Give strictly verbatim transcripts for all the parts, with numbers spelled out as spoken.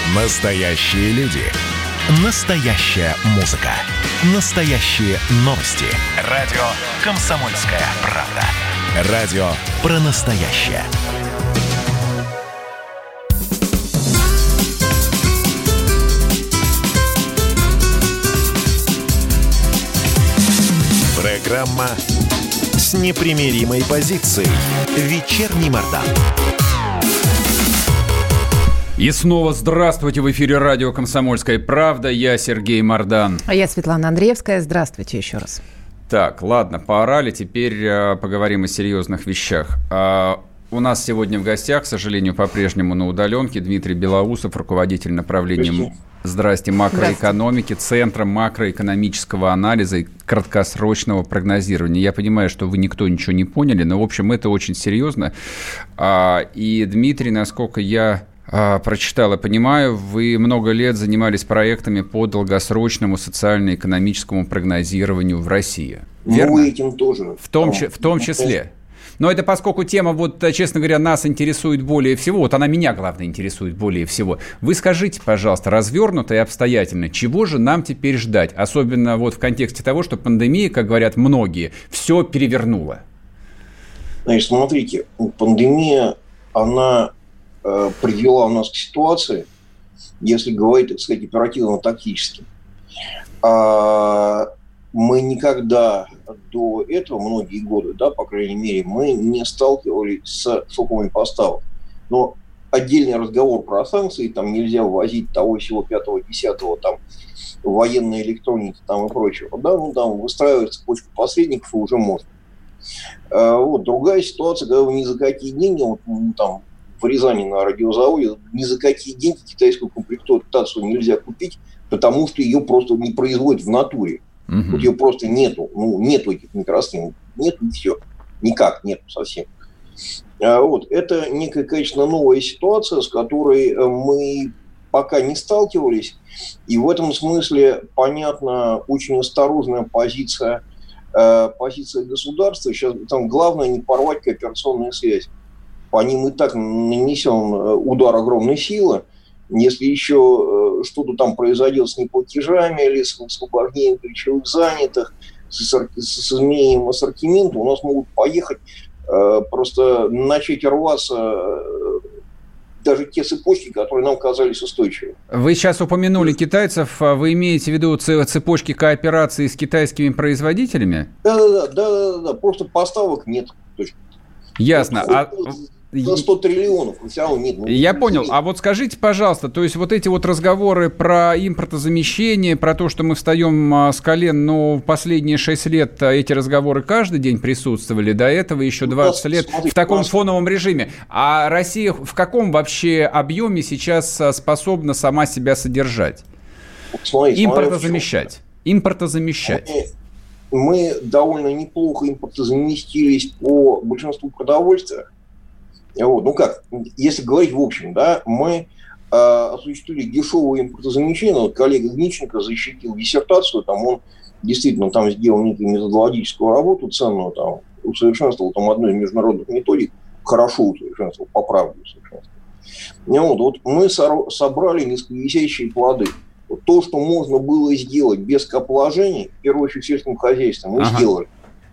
Настоящие люди. Настоящая музыка. Настоящие новости. Радио «Комсомольская правда». Радио про настоящее. Программа с непримиримой позицией. Вечерний Мардан. И снова здравствуйте, в эфире радио «Комсомольская правда». Я Сергей Мардан. А я Светлана Андреевская. Здравствуйте еще раз. Так, ладно, поорали, теперь э, поговорим о серьезных вещах. Э, у нас сегодня в гостях, к сожалению, по-прежнему на удаленке, Дмитрий Белоусов, руководитель направлением «Здрасте, макроэкономики», Центра макроэкономического анализа и краткосрочного прогнозирования. Я понимаю, что вы никто ничего не поняли, но, в общем, это очень серьезно. Э, и, Дмитрий, насколько я... прочитал и понимаю, вы много лет занимались проектами по долгосрочному социально-экономическому прогнозированию в России. Верно? Ну, этим тоже. В том, в том числе. Но это поскольку тема, вот, честно говоря, нас интересует более всего, вот она меня, главное, интересует более всего. Вы скажите, пожалуйста, развернуто и обстоятельно, чего же нам теперь ждать? Особенно вот в контексте того, что пандемия, как говорят многие, все перевернула. Значит, смотрите, пандемия, она... привела у нас к ситуации, если говорить, так сказать, оперативно-тактически. Мы никогда до этого, многие годы, да, по крайней мере, мы не сталкивались с шоковыми поставками. Но отдельный разговор про санкции, там нельзя ввозить того всего пятого-десятого, там, военной электроники там, и прочего. Да, ну, там выстраивать цепочку посредников уже можно. Вот. Другая ситуация, когда вы ни за какие деньги, вот, ну, там, в Рязани на радиозаводе ни за какие деньги китайскую комплектацию нельзя купить, потому что ее просто не производят в натуре. Uh-huh. Вот ее просто нету. Ну, нету этих микросхем. Нету и все. Никак нету совсем. А вот. Это некая, конечно, новая ситуация, с которой мы пока не сталкивались. И в этом смысле, понятно, очень осторожная позиция, э, позиция государства. Сейчас там главное не порвать кооперационные связи. По ним и так нанесен удар огромной силы. Если еще что-то там произойдет с неплатежами или с освобождением ключевых занятых, с, с изменением ассортимента, у нас могут поехать, просто начать рваться даже те цепочки, которые нам казались устойчивыми. Вы сейчас упомянули китайцев. Вы имеете в виду цепочки кооперации с китайскими производителями? Да-да-да, да-да-да. Просто поставок нет. Точно. Ясно. А... За сто триллионов, все равно нет. Я понял. А вот скажите, пожалуйста, то есть вот эти вот разговоры про импортозамещение, про то, что мы встаем с колен, ну, в последние шесть лет эти разговоры каждый день присутствовали, до этого еще двадцать лет в таком фоновом режиме. А Россия в каком вообще объеме сейчас способна сама себя содержать? Смотрите, импортозамещать. Импортозамещать. Мы, мы довольно неплохо импортозаместились по большинству продовольствия. Вот, ну как, если говорить в общем, да, мы э, осуществили дешевое импортозамещение. Вот коллега Гниченко защитил диссертацию, там он действительно там сделал некую методологическую работу ценную, там усовершенствовал там одну из международных методик, хорошо усовершенствовал, по правде усовершенствовал. Вот, вот мы сор- собрали низковисящие плоды. Вот то, что можно было сделать без капвложений, в первую очередь в сельском хозяйстве, мы ага. сделали.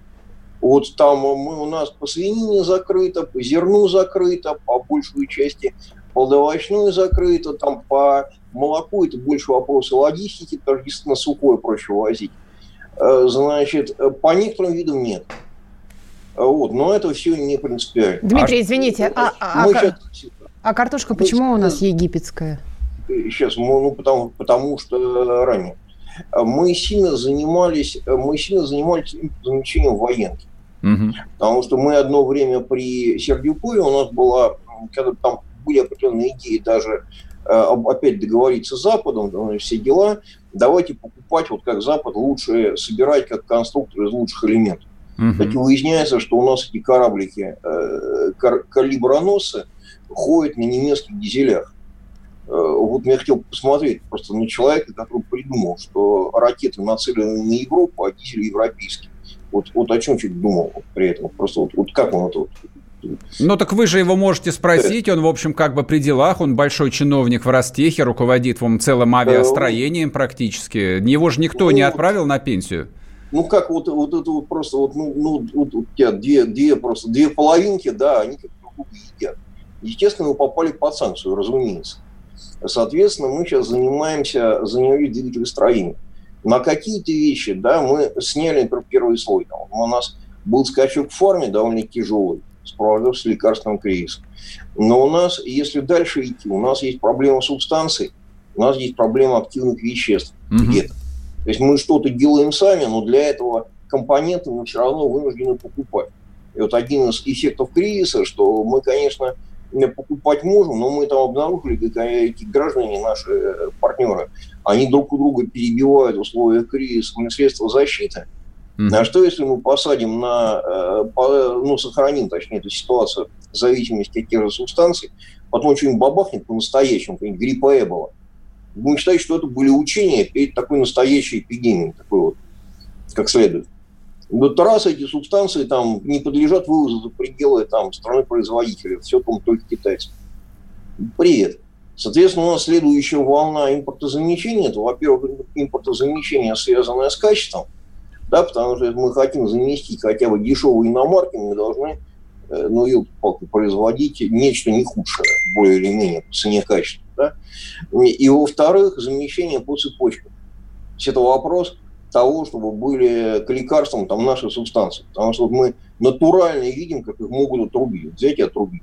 Вот там мы, у нас по свинине закрыто, по зерну закрыто, по большей части плодовочной закрыто, там по молоку это больше вопросы логистики, потому что действительно сухое проще возить. Значит, по некоторым видам нет. Вот, но это все не принципиально. Дмитрий, а, извините, а, а, сейчас... а картошка мы почему сейчас... у нас египетская? Сейчас, ну, потому, потому что ранее. Мы сильно занимались, мы сильно занимались замещением военки. Uh-huh. Потому что мы одно время при Сердюкове, у нас была, когда там были определенные идеи даже опять договориться с Западом, все дела, давайте покупать, вот как Запад, лучше собирать как конструктор из лучших элементов. Uh-huh. Кстати, выясняется, что у нас эти кораблики, калиброносцы, ходят на немецких дизелях. Вот я хотел посмотреть просто на человека, который придумал, что ракеты нацелены на Европу, а дизель европейский. Вот, вот о чем человек думал вот при этом. Просто вот, вот как он это вот Ну, так вы же его можете спросить, он, в общем, как бы при делах, он большой чиновник в Ростехе, руководит вам целым авиастроением практически. Его же никто не отправил на пенсию. Ну, как вот, вот это вот просто, вот, ну, ну, вот у тебя две, две, просто две половинки, да, они как друг друга едят. Естественно, мы попали под санкцию, разумеется. Соответственно, мы сейчас занимаемся, занимаемся двигателестроением. На какие-то вещи, да, мы сняли, например, первый слой. Там, у нас был скачок в форме довольно тяжелый, сопровождался лекарственным кризисом. Но у нас, если дальше идти, у нас есть проблема субстанций, у нас есть проблема активных веществ mm-hmm. где-то. То есть мы что-то делаем сами, но для этого компоненты мы все равно вынуждены покупать. И вот один из эффектов кризиса, что мы, конечно, покупать можем, но мы там обнаружили, как эти граждане, наши партнеры, они друг у друга перебивают в условиях кризиса средства защиты. Mm-hmm. А что, если мы посадим на, ну, сохраним, точнее, эту ситуацию в зависимости от тех же субстанций, потом что-нибудь бабахнет по-настоящему, какая-нибудь гриппа Эбола. Будем считать, что это были учения перед такой настоящей эпидемией, такой вот, как следует. Вот раз эти субстанции там не подлежат вывозу за пределы там страны-производителя, все там только китайцы. Привет. Соответственно, у нас следующая волна импортозамещения, это, во-первых, импортозамещение, связанное с качеством, да, потому что если мы хотим заместить хотя бы дешевые иномарки, мы должны, ну, елки-палки, производить нечто не худшее, более или менее, по цене качества. Да? И, во-вторых, замещение по цепочкам. То есть это вопрос того, чтобы были к лекарствам там наши субстанции. Потому что вот мы натурально видим, как их могут отрубить. Взять и отрубить.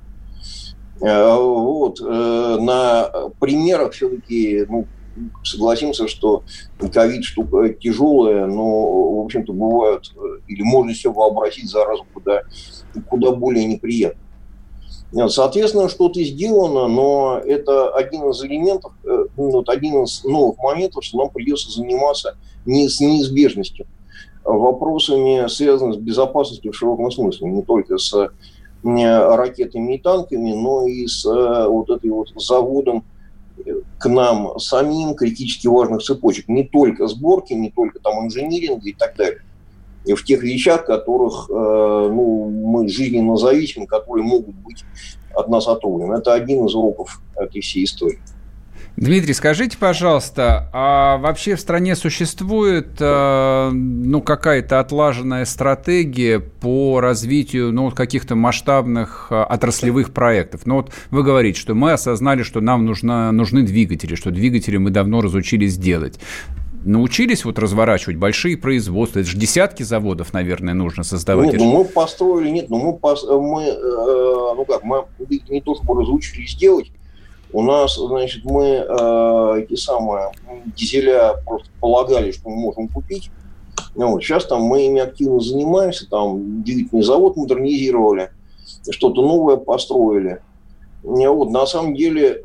Вот. На примерах все-таки, ну, согласимся, что ковид штука тяжелая, но, в общем-то, бывают, или можно себе вообразить заразу куда, куда более неприятно. Соответственно, что-то сделано, но это один из элементов, вот один из новых моментов, что нам придется заниматься не с неизбежностью, вопросами, связанными с безопасностью в широком смысле, не только с ракетами и танками, но и с вот этой вот заводом к нам самим критически важных цепочек, не только сборки, не только там инжиниринга и так далее. И в тех вещах, которых э, ну, мы жизненно зависимы, которые могут быть от нас отрублены. Это один из уроков этой всей истории. Дмитрий, скажите, пожалуйста, а вообще в стране существует э, ну, какая-то отлаженная стратегия по развитию ну, каких-то масштабных э, отраслевых проектов? Ну вот вы говорите, что мы осознали, что нам нужна, нужны двигатели, что двигатели мы давно разучились делать. Научились вот разворачивать большие производства? Это же десятки заводов, наверное, нужно создавать. Нет, ну мы построили, нет, ну мы, пос, мы э, ну как, мы не то чтобы разучились делать, у нас, значит, мы э, эти самые дизеля просто полагали, что мы можем купить. Ну, вот, сейчас там мы ими активно занимаемся, там двигательный завод модернизировали, что-то новое построили. Вот, на самом деле,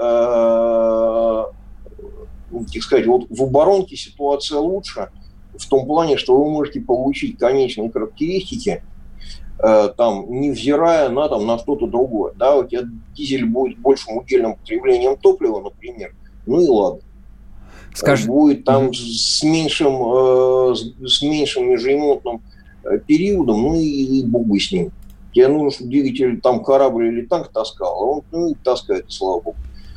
э, так сказать, вот в оборонке ситуация лучше в том плане, что вы можете получить конечные характеристики, э, там, невзирая на, там, на что-то другое. Да, у тебя дизель будет большим удельным потреблением топлива, например, ну и ладно. Скажи... Будет там mm-hmm. с меньшим, э, с меньшим межремонтным периодом, ну и, и бог бы с ним. Тебе нужно, чтобы двигатель там корабль или танк таскал, а он ну, и таскает, слава богу.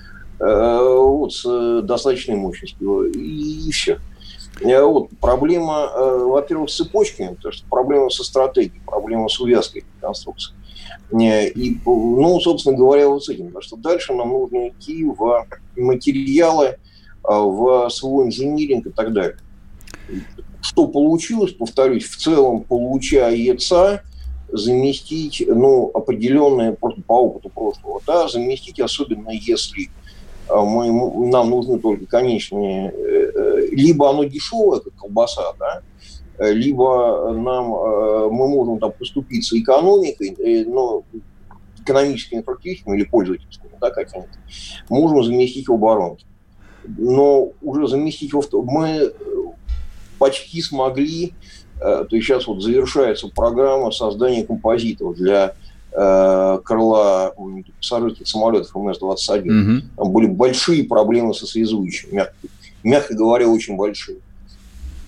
Вот, с достаточной мощностью, и, и все. Вот, проблема, во-первых, с цепочками, потому что проблема со стратегией, проблема с увязкой конструкции. И, ну, собственно говоря, вот с этим, потому что дальше нам нужно идти в материалы, в свой инжиниринг и так далее. Что получилось, повторюсь, в целом, получая ЕЦА, заместить, ну, определенные, просто по опыту прошлого, да, заместить, особенно если Мы, нам нужны только конечные, либо оно дешевое, как колбаса, да, либо нам, мы можем там поступиться экономикой, но экономическими характеристиками или пользовательскими, да, какими-то, можем заместить в оборонке. Но уже заместить его, мы почти смогли, то есть сейчас вот завершается программа создания композитов для крыла пассажирских самолетов эм эс двадцать один. Mm-hmm. Там были большие проблемы со связующим, мягко, мягко говоря, очень большие.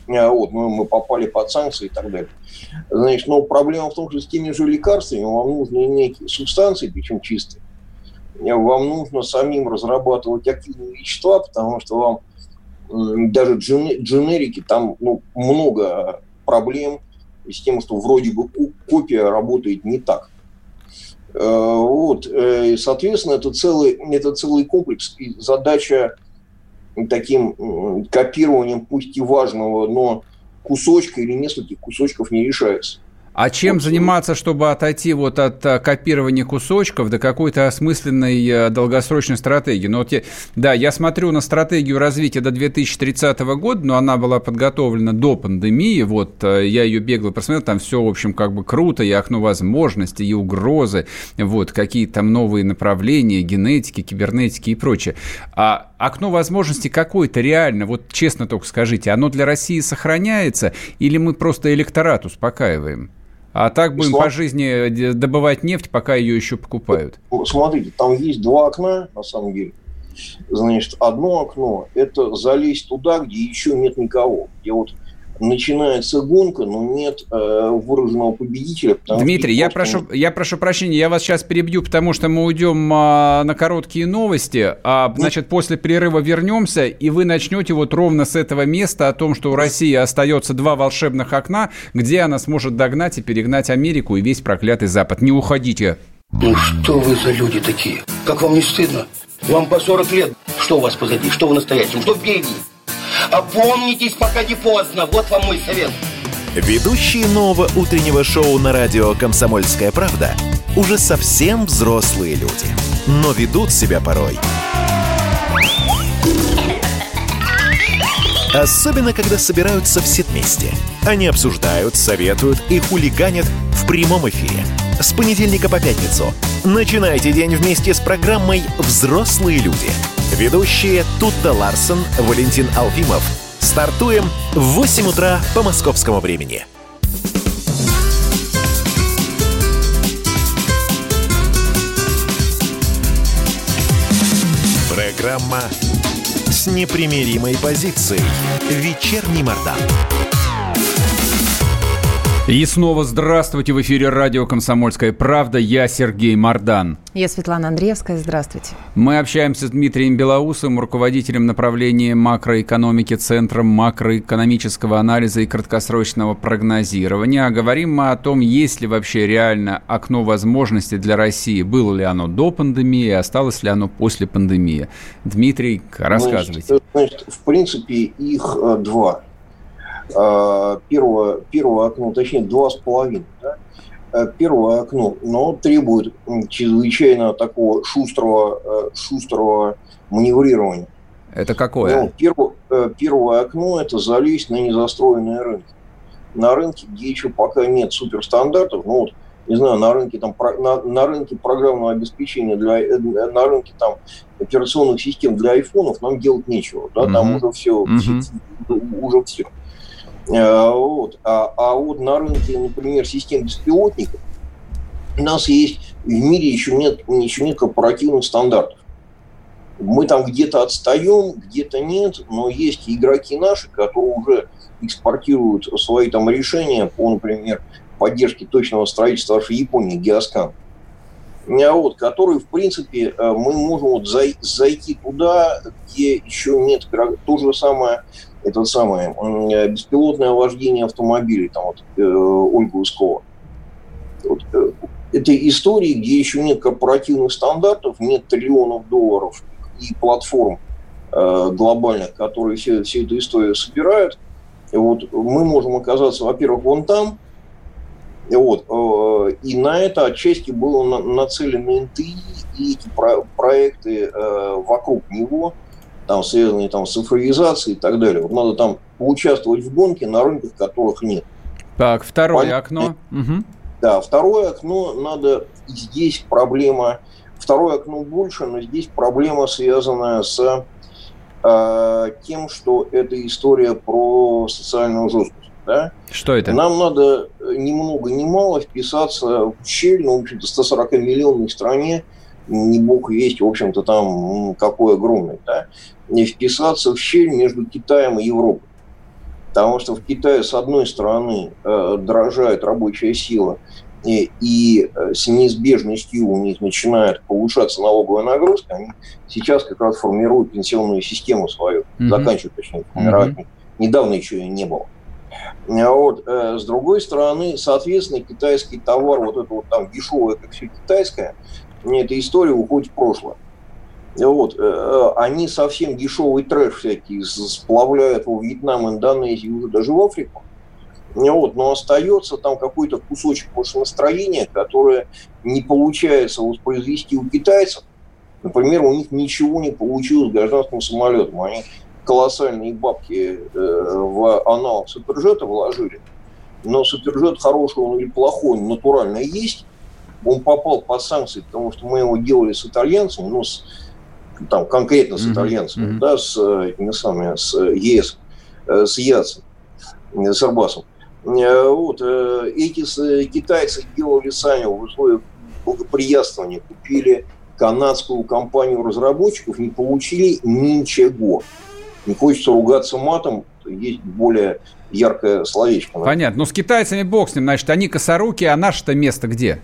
Вот, мы, мы попали под санкции и так далее. Значит, но проблема в том, что с теми же лекарствами вам нужно иметь субстанции, причем чистые. Вам нужно самим разрабатывать активные вещества, потому что вам даже дженерики, там ну, много проблем с тем, что вроде бы копия работает не так. Вот. Соответственно, это целый, это целый комплекс. И задача таким копированием, пусть и важного, но кусочка или нескольких кусочков не решается. А чем вот заниматься, чтобы отойти вот от копирования кусочков до какой-то осмысленной долгосрочной стратегии? Ну, вот я, да, я смотрю на стратегию развития до две тысячи тридцатого года, но она была подготовлена до пандемии. Вот я ее бегло просмотрел, там все, в общем, как бы круто, и окно возможностей, и угрозы, вот, какие-то там новые направления, генетики, кибернетики и прочее. А окно возможностей какое-то реально, вот честно только скажите, оно для России сохраняется, или мы просто электорат успокаиваем? А так будем Смотри. по жизни добывать нефть, пока ее еще покупают. Смотрите, там есть два окна, на самом деле. Значит, одно окно – это залезть туда, где еще нет никого. Где вот начинается гонка, но нет э, выраженного победителя. Дмитрий, я прошу, нет. я прошу прощения, я вас сейчас перебью, потому что мы уйдем а, на короткие новости, а, значит, нет. после перерыва вернемся, и вы начнете вот ровно с этого места о том, что у России остается два волшебных окна, где она сможет догнать и перегнать Америку и весь проклятый Запад. Не уходите. Ну что вы за люди такие? Как вам не стыдно? Вам по сорок лет. Что у вас позади? Что вы настоящем? Что впереди? Опомнитесь, пока не поздно. Вот вам мой совет. Ведущие нового утреннего шоу на радио «Комсомольская правда» уже совсем взрослые люди, но ведут себя порой. Особенно, когда собираются все вместе. Они обсуждают, советуют и хулиганят в прямом эфире. С понедельника по пятницу. Начинайте день вместе с программой «Взрослые люди». Ведущие Тутта Ларсон, Валентин Алфимов. Стартуем в восемь утра по московскому времени. Программа с непримиримой позицией. Вечерний Мордан. И снова здравствуйте. В эфире радио «Комсомольская правда». Я Сергей Мордан. Я Светлана Андреевская. Здравствуйте. Мы общаемся с Дмитрием Белоусовым, руководителем направления макроэкономики Центра макроэкономического анализа и краткосрочного прогнозирования. А говорим мы о том, есть ли вообще реально окно возможностей для России. Было ли оно до пандемии, осталось ли оно после пандемии. Дмитрий, рассказывайте. Значит, значит, в принципе, их два. Первое, первое окно, точнее, два с половиной. Да? Первое окно, но требует чрезвычайно такого шустрого, шустрого маневрирования. Это какое? Ну, первое, первое окно – это залезть на незастроенные рынки. На рынке, где еще пока нет суперстандартов, ну вот, не знаю, на рынке, там, на, на рынке программного обеспечения, для, на рынке там, операционных систем для айфонов нам делать нечего. Да? Там mm-hmm. уже все, mm-hmm. уже все. Вот. А, а вот на рынке, например, систем беспилотников у нас есть в мире еще нет, еще нет корпоративных стандартов. Мы там где-то отстаем, где-то нет, но есть игроки наши, которые уже экспортируют свои там решения по, например, поддержке точного строительства в Японии, Геоскан, вот, которые, в принципе, мы можем вот зайти туда, где еще нет то же самое. Это самое беспилотное вождение автомобилей, там вот э, Ольга Ускова. Вот, э, это истории, где еще нет корпоративных стандартов, нет триллионов долларов и платформ э, глобальных, которые все, всю эту историю собирают. И вот мы можем оказаться, во-первых, вон там, и, вот, э, и на это отчасти было на, нацелено эн тэ и и эти про, проекты э, вокруг него, там, связанные там, с цифровизацией и так далее. Вот надо там поучаствовать в гонке на рынках, которых нет. Так, второе Понятно? окно. Угу. Да, второе окно надо... Здесь проблема... Второе окно больше, но здесь проблема, связанная с э, тем, что это история про социальную жесткость. Да? Что это? Нам надо ни много ни мало вписаться в щель, ну, в общем-то, сто сорокамиллионной стране, не бог весть, в общем-то, там какой огромный, да, не вписаться в щель между Китаем и Европой. Потому что в Китае, с одной стороны, дорожает рабочая сила, и, и с неизбежностью у них начинает повышаться налоговая нагрузка, они сейчас как раз формируют пенсионную систему свою, mm-hmm. заканчивают, точнее, формировать. Mm-hmm. Недавно еще ее не было. Вот. С другой стороны, соответственно, китайский товар, вот это вот там дешевое, как все китайское, эта история уходит в прошлое. Вот. Они совсем дешевый трэш всякий сплавляют во Вьетнам, Индонезию, уже даже в Африку. Вот. Но остается там какой-то кусочек машиностроения, которое не получается воспроизвести у китайцев. Например, у них ничего не получилось с гражданским самолетом. Они колоссальные бабки в аналог суперджета вложили. Но суперджет, хороший он или плохой, натурально есть. Он попал под санкции, потому что мы его делали с итальянцами, ну, с, там, конкретно с итальянцами, mm-hmm. да, с этими самыми, с ЕС, с ЯЦем, с Арбасом. Вот. Эти китайцы делали сами в условиях благоприятствования, купили канадскую компанию разработчиков, не получили ничего. Не хочется ругаться матом, есть более яркое словечко. Понятно. Но с китайцами бог с ним, значит, они косоруки, а наше-то место где?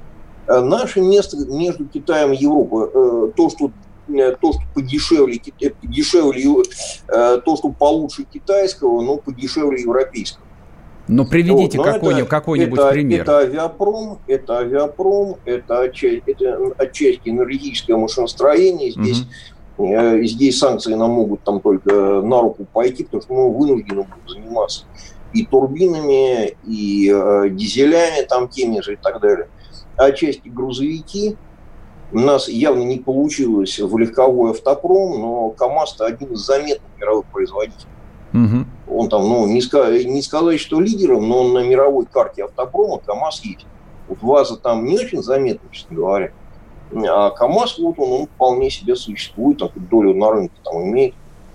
Наше место между Китаем и Европой. То, что, то, что подешевле, подешевле, то, что получше китайского, но подешевле европейского. Ну, приведите вот, какой-нибудь, это, какой-нибудь это, пример. Это авиапром, это авиапром, это отчасти, это отчасти энергетическое машиностроение. Здесь, угу. э, здесь санкции нам могут там только на руку пойти, потому что мы вынуждены будем заниматься и турбинами, и э, дизелями там теми же и так далее. Отчасти грузовики. У нас явно не получилось в легковой автопром, но КАМАЗ-то один из заметных мировых производителей. Угу. Он там, ну, не сказать, не сказать, что лидером, но он на мировой карте автопрома КАМАЗ есть. Вот ВАЗа там не очень заметно, честно говоря. А КАМАЗ, вот он, он вполне себе существует, там долю на рынке там имеет.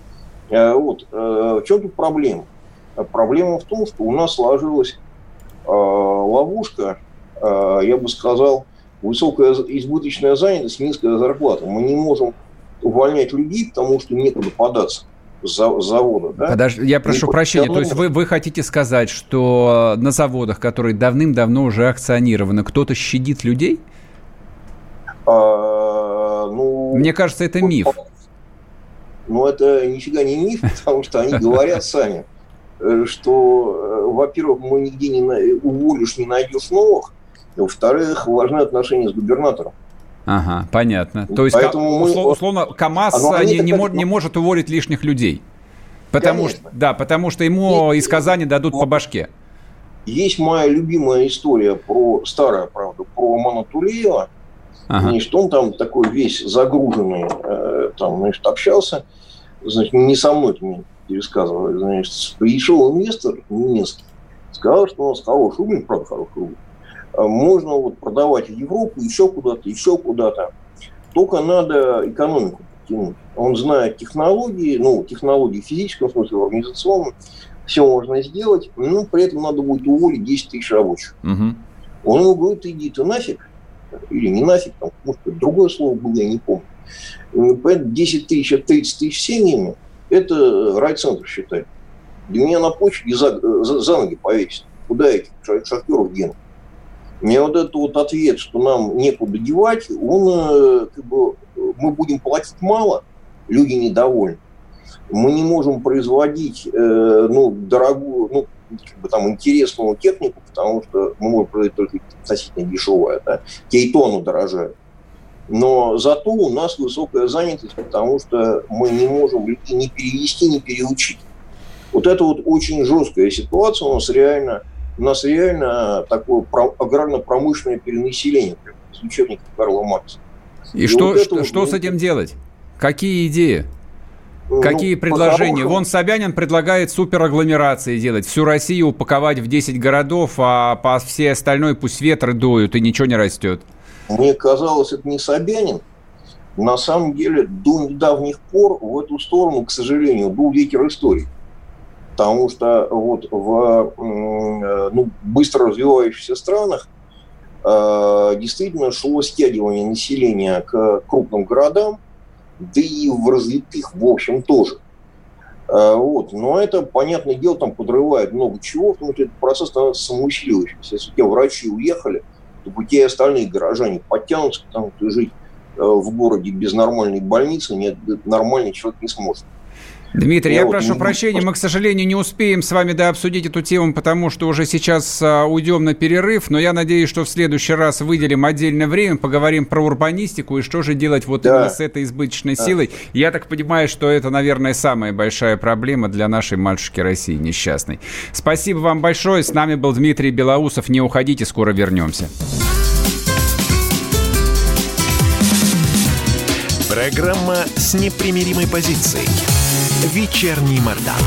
Вот. В чем тут проблема? Проблема в том, что у нас сложилась ловушка, я бы сказал, высокая избыточная занятость, низкая зарплата. Мы не можем увольнять людей, потому что некуда податься. Завода, да? Подожди, я прошу и прощения, то есть вы, вы хотите сказать, что на заводах, которые давным-давно уже акционированы, кто-то щадит людей? А, ну, Мне кажется, это ну, миф. Ну, это нифига не миф, потому что они говорят сами, что, во-первых, мы нигде не уволишь, не найдешь новых, во-вторых, важны отношения с губернатором. Ага, понятно. То есть, Поэтому мы... условно, КАМАЗ не, не, мож, не может уволить лишних людей. Потому что, да, потому что ему есть, из Казани дадут по башке. Есть моя любимая история про, старая, правда, про Амана Тулеева. Ага. Значит, он там такой весь загруженный, э, там, значит, общался. Значит, не со мной это мне пересказывали. Значит, пришел инвестор немецкий, сказал, что у нас хороший рубль, правда, хороший рубль. Можно вот продавать в Европу, еще куда-то, еще куда-то. Только надо экономику подтянуть. Он знает технологии, ну, технологии в физическом смысле, в организационном. Все можно сделать, но при этом надо будет уволить десять тысяч рабочих. Угу. Он ему говорит, иди ты нафиг. Или не нафиг, там, может быть, другое слово было, я не помню. Поэтому десять тысяч от тридцать тысяч семьями, это райцентр считает. Для меня на почве за, за, за ноги повесить. Куда этих шахтеров денут? Мне вот этот вот ответ, что нам некуда девать, он, как бы, мы будем платить мало, люди недовольны. Мы не можем производить, э, ну, дорогую, ну, как бы там интересную технику, потому что мы можем производить только относительно дешевое, да, Кейтону дорожает. Но зато у нас высокая занятость, потому что мы не можем людей ни перевести, ни переучить. Вот это вот очень жесткая ситуация, у нас реально... У нас реально такое аграрно-промышленное перенаселение, прям, из учебника Карла Маркса. И, И что, вот что, вот, что с этим делать? Какие идеи? Ну, Какие предложения? Вон Собянин предлагает суперагломерации делать. Всю Россию упаковать в десять городов, а по всей остальной пусть ветры дуют и ничего не растет. Мне казалось, это не Собянин. На самом деле, до недавних пор в эту сторону, к сожалению, дул ветер истории. Потому что вот в ну, быстро развивающихся странах э, действительно шло стягивание населения к крупным городам, да и в развитых, в общем, тоже. Вот. Но это, понятное дело, там подрывает много чего, потому что этот процесс становится самоусиливающимся. Если у тебя врачи уехали, то у тебя и остальные горожане подтянутся, потому что жить в городе без нормальной больницы нет, нормальный человек не сможет. Дмитрий, я, я вот прошу не... прощения, мы, к сожалению, не успеем с вами да, обсудить эту тему, потому что уже сейчас а, уйдем на перерыв, но я надеюсь, что в следующий раз выделим отдельное время, поговорим про урбанистику и что же делать вот да. именно с этой избыточной да. силой. Я так понимаю, что это, наверное, самая большая проблема для нашей матушки России несчастной. Спасибо вам большое. С нами был Дмитрий Белоусов. Не уходите, скоро вернемся. Программа с непримиримой позицией. Вечерний Мордан.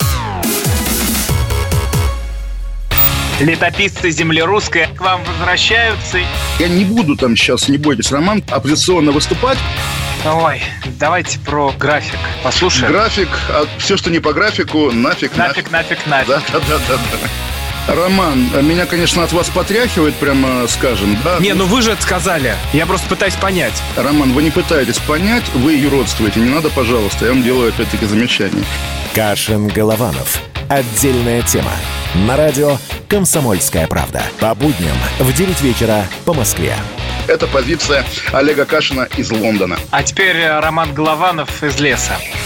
Летописцы земли русской к вам возвращаются. Я не буду там сейчас, не бойтесь, Роман, оппозиционно выступать. Ой, давайте про график послушаем. График, а все, что не по графику, нафиг, нафиг. Нафиг, нафиг, нафиг. Да, да, да, да, да. Роман, меня, конечно, от вас потряхивает, прямо скажем, да? Не, ну вы же это сказали. Я просто пытаюсь понять. Роман, вы не пытаетесь понять, вы юродствуете. Не надо, пожалуйста, я вам делаю опять-таки замечание. Кашин-Голованов. Отдельная тема. На радио «Комсомольская правда». По будням в девять вечера по Москве. Это позиция Олега Кашина из Лондона. А теперь Роман Голованов из леса.